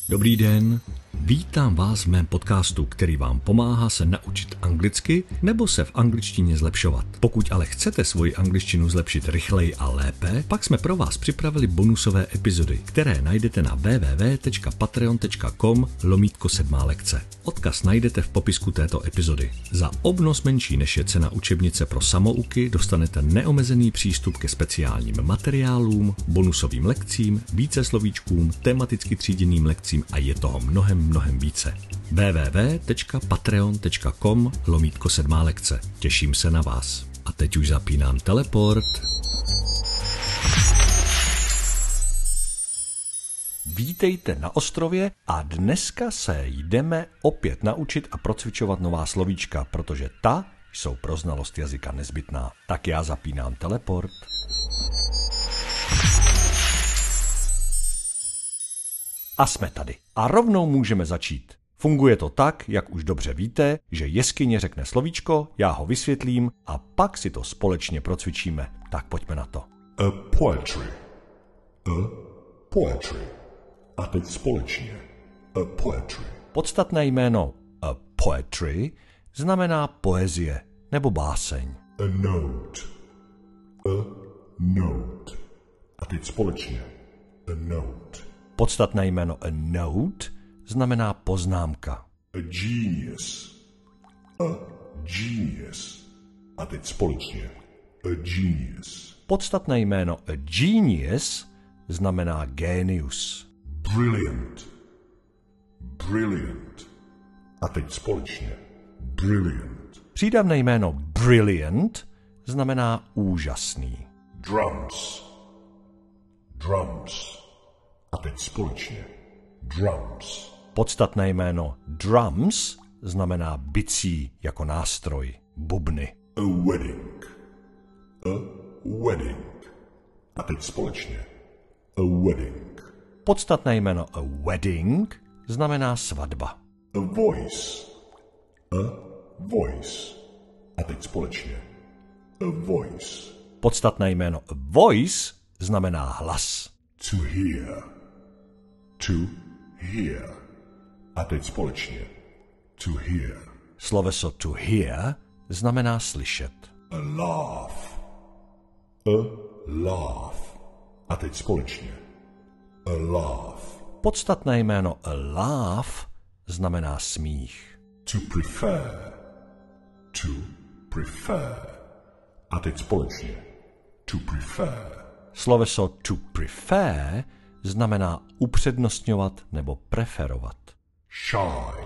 Dobrý den, vítám vás v mém podcastu, který vám pomáhá se naučit anglicky nebo se v angličtině zlepšovat. Pokud ale chcete svoji angličtinu zlepšit rychleji a lépe, pak jsme pro vás připravili bonusové epizody, které najdete na www.patreon.com/7lekce. Odkaz najdete v popisku této epizody. Za obnos menší než je cena učebnice pro samouky dostanete neomezený přístup ke speciálním materiálům, bonusovým lekcím, více slovíčkům, tematicky tříděným lekcím a je toho mnohem více. www.patreon.com/7lekce. Těším se na vás. A teď už zapínám teleport. Vítejte na ostrově a dneska se jdeme opět naučit a procvičovat nová slovíčka, protože ta jsou pro znalost jazyka nezbytná. Tak já zapínám teleport. A jsme tady. A rovnou můžeme začít. Funguje to tak, jak už dobře víte, že jeskyně řekne slovíčko, já ho vysvětlím a pak si to společně procvičíme. Tak pojďme na to. A poetry. A poetry. A teď společně. A poetry. Podstatné jméno a poetry znamená poezie nebo báseň. A note. A note. A teď společně. A note. Podstatné jméno a note znamená poznámka. A genius. A genius. A teď společně. A genius. Podstatné jméno a genius znamená génius. Brilliant. Brilliant. A teď společně. Brilliant. Přídavné jméno brilliant znamená úžasný. Drums. Drums. A teď společně. Drums. Podstatné jméno drums znamená bicí jako nástroj, bubny. A wedding. A wedding. A teď společně. A wedding. Podstatné jméno a wedding znamená svatba. A voice. A voice. A teď společně. A voice. Podstatné jméno a voice znamená hlas. To hear. To hear. A teď společně. To hear. Sloveso to hear znamená slyšet. A laugh. A laugh. A teď společně. A laugh. Podstatné jméno a laugh znamená smích. To prefer. To prefer. A teď společně. To prefer. Sloveso to prefer znamená upřednostňovat nebo preferovat. Shy.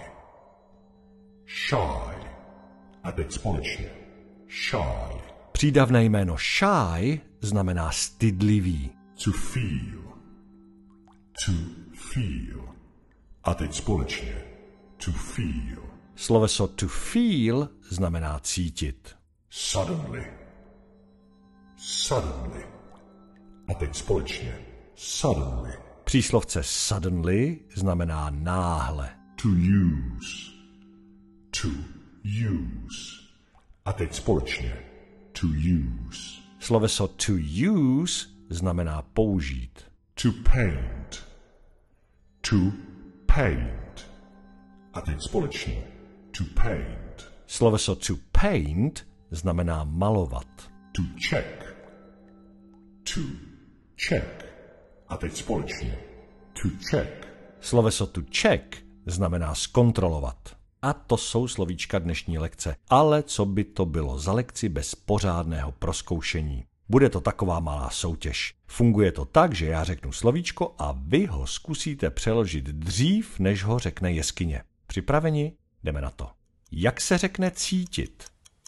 Shy. A teď společně. Shy. Přídavné jméno shy znamená stydlivý. To feel. To feel. A teď společně. To feel. Sloveso to feel znamená cítit. Suddenly. Suddenly. A teď společně. Suddenly. Příslovce suddenly znamená náhle. To use. To use. A teď společně. To use. Sloveso to use znamená použít. To paint. To paint. A teď společně. To paint. Sloveso to paint znamená malovat. To check. To check. A teď společně. To check. Sloveso to check znamená zkontrolovat. A to jsou slovíčka dnešní lekce. Ale co by to bylo za lekci bez pořádného prozkoušení? Bude to taková malá soutěž. Funguje to tak, že já řeknu slovíčko a vy ho zkusíte přeložit dřív, než ho řekne jeskyně. Připraveni? Jdeme na to. Jak se řekne cítit?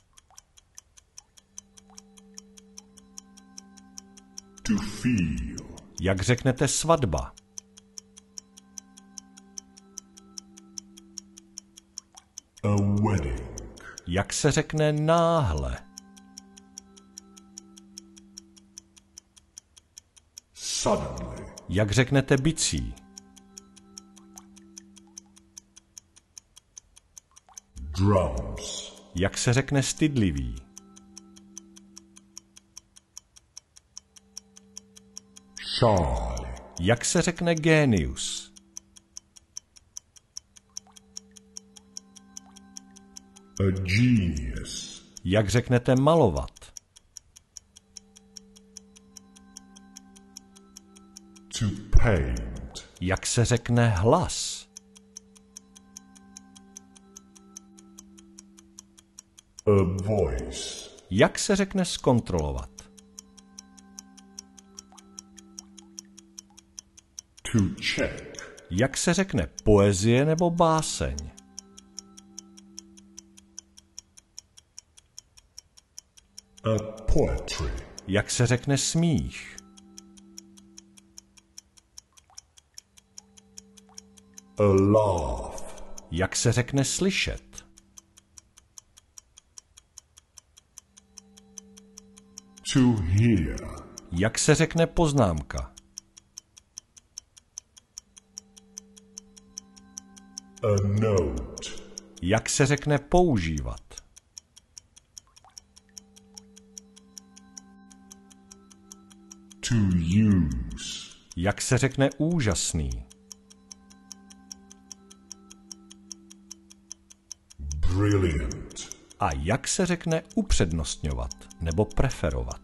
To feel. Jak řeknete svatba? A wedding. Jak se řekne náhle? Suddenly. Jak řeknete bicí? Drums. Jak se řekne stydlivý? Shy. Jak se řekne génius? A genius. Jak řeknete malovat? To paint. Jak se řekne hlas? A voice. Jak se řekne zkontrolovat? To check. Jak se řekne poezie nebo báseň? A poetry. Jak se řekne smích? A laugh. Jak se řekne slyšet? To hear. Jak se řekne poznámka? A note. Jak se řekne používat? To use. Jak se řekne úžasný? Brilliant. A jak se řekne upřednostňovat nebo preferovat?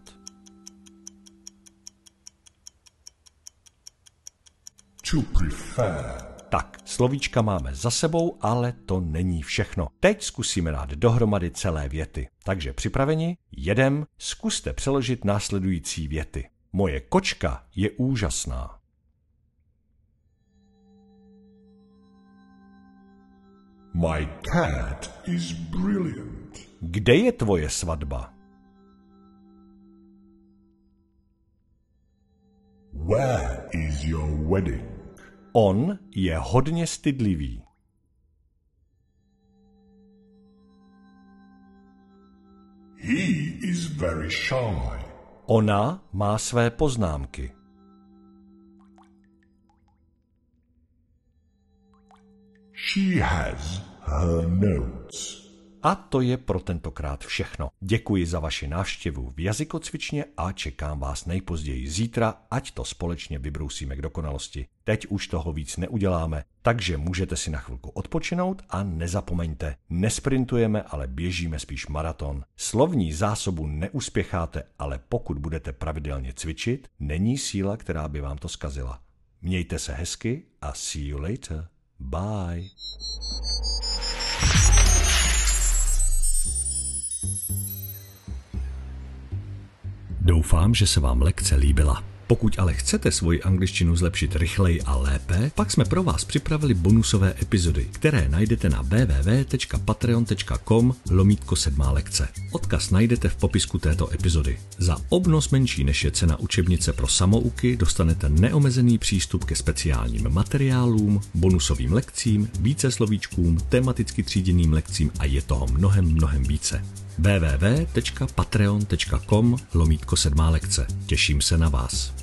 To prefer. Tak, slovíčka máme za sebou, ale to není všechno. Teď zkusíme dát dohromady celé věty. Takže připraveni? Jedem, zkuste přeložit následující věty. Moje kočka je úžasná. My cat is brilliant. Kde je tvoje svatba? Where is your wedding? On je hodně stydlivý. He is very shy. Ona má své poznámky. She has her notes. A to je pro tentokrát všechno. Děkuji za vaši návštěvu v jazykocvičně a čekám vás nejpozději zítra, ať to společně vybrousíme k dokonalosti. Teď už toho víc neuděláme, takže můžete si na chvilku odpočinout a nezapomeňte, nesprintujeme, ale běžíme spíš maraton. Slovní zásobu neuspěcháte, ale pokud budete pravidelně cvičit, není síla, která by vám to zkazila. Mějte se hezky a see you later. Bye. Doufám, že se vám lekce líbila. Pokud ale chcete svoji angličtinu zlepšit rychleji a lépe, pak jsme pro vás připravili bonusové epizody, které najdete na www.patreon.com/7 lekce. Odkaz najdete v popisku této epizody. Za obnos menší než je cena učebnice pro samouky dostanete neomezený přístup ke speciálním materiálům, bonusovým lekcím, více slovíčkům, tematicky tříděným lekcím a je toho mnohem více. www.patreon.com/7 lekce. Těším se na vás.